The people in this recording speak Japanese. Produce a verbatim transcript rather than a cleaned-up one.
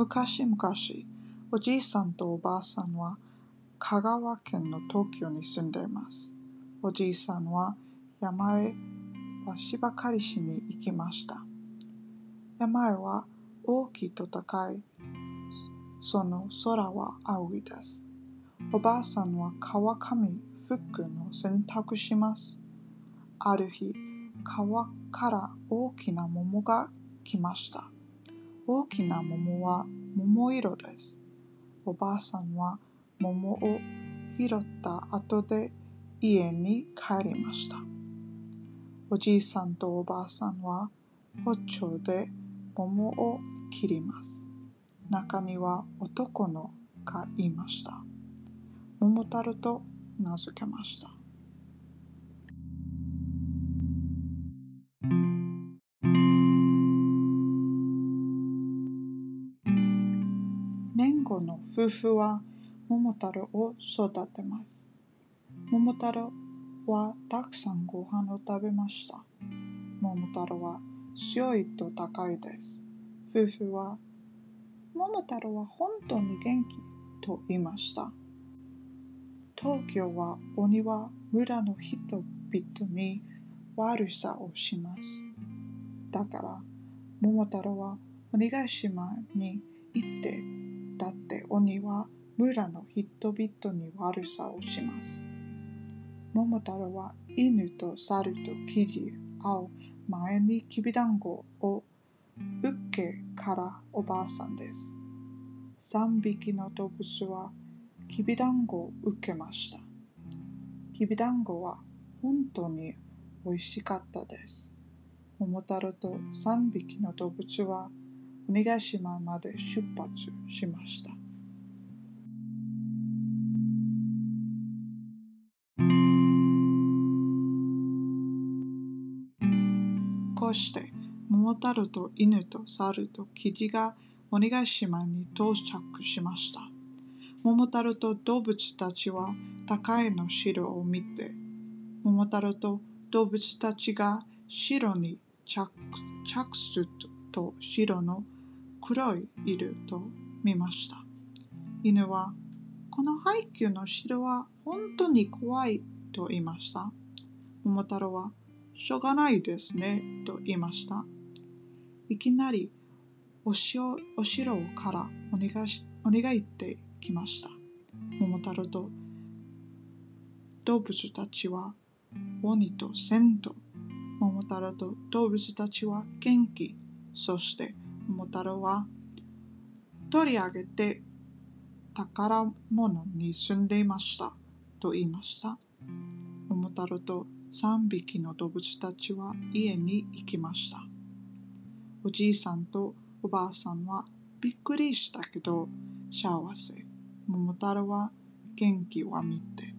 昔々、おじいさんとおばあさんは香川県の東京に住んでいます。おじいさんは山へ芝刈りしに行きました。山へは大きいと高い。その空は青いです。おばあさんは川上服の洗濯します。ある日、川から大きな桃が来ました。大きな桃は桃色です。おばあさんは桃を拾った後で家に帰りました。おじいさんとおばあさんは包丁で桃を切ります。中には男の子がいました。桃太郎と名付けました。年後の夫婦は桃太郎を育てます。桃太郎はたくさんご飯を食べました。桃太郎は強いと高いです。夫婦は、桃太郎は本当に元気と言いました。東京は鬼は村の人々に悪さをします。だから、桃太郎は鬼ヶ島に行って、だって鬼は村の人々に悪さをします。桃太郎は犬と猿とキジを前にきびだんごを受けからおばあさんです。三匹の動物はきびだんごを受けました。きびだんごは本当に美味しかったです。桃太郎と三匹の動物は鬼ヶ島まで出発しました。こうして桃太郎と犬と猿とキジが鬼ヶ島に到着しました。桃太郎と動物たちは高いの城を見て、桃太郎と動物たちが城に着すると城の黒い色と見ました。犬は、この配給の城は本当に怖いと言いました。桃太郎は、しょうがないですねと言いました。いきなりお城お城からお願いしお願いってきました。桃太郎と動物たちは鬼と戦闘。桃太郎と動物たちは元気。そして桃太郎は取り上げて宝物に住んでいましたと言いました。桃太郎と三匹の動物たちは家に行きました。おじいさんとおばあさんはびっくりしたけど幸せ。桃太郎は元気を見て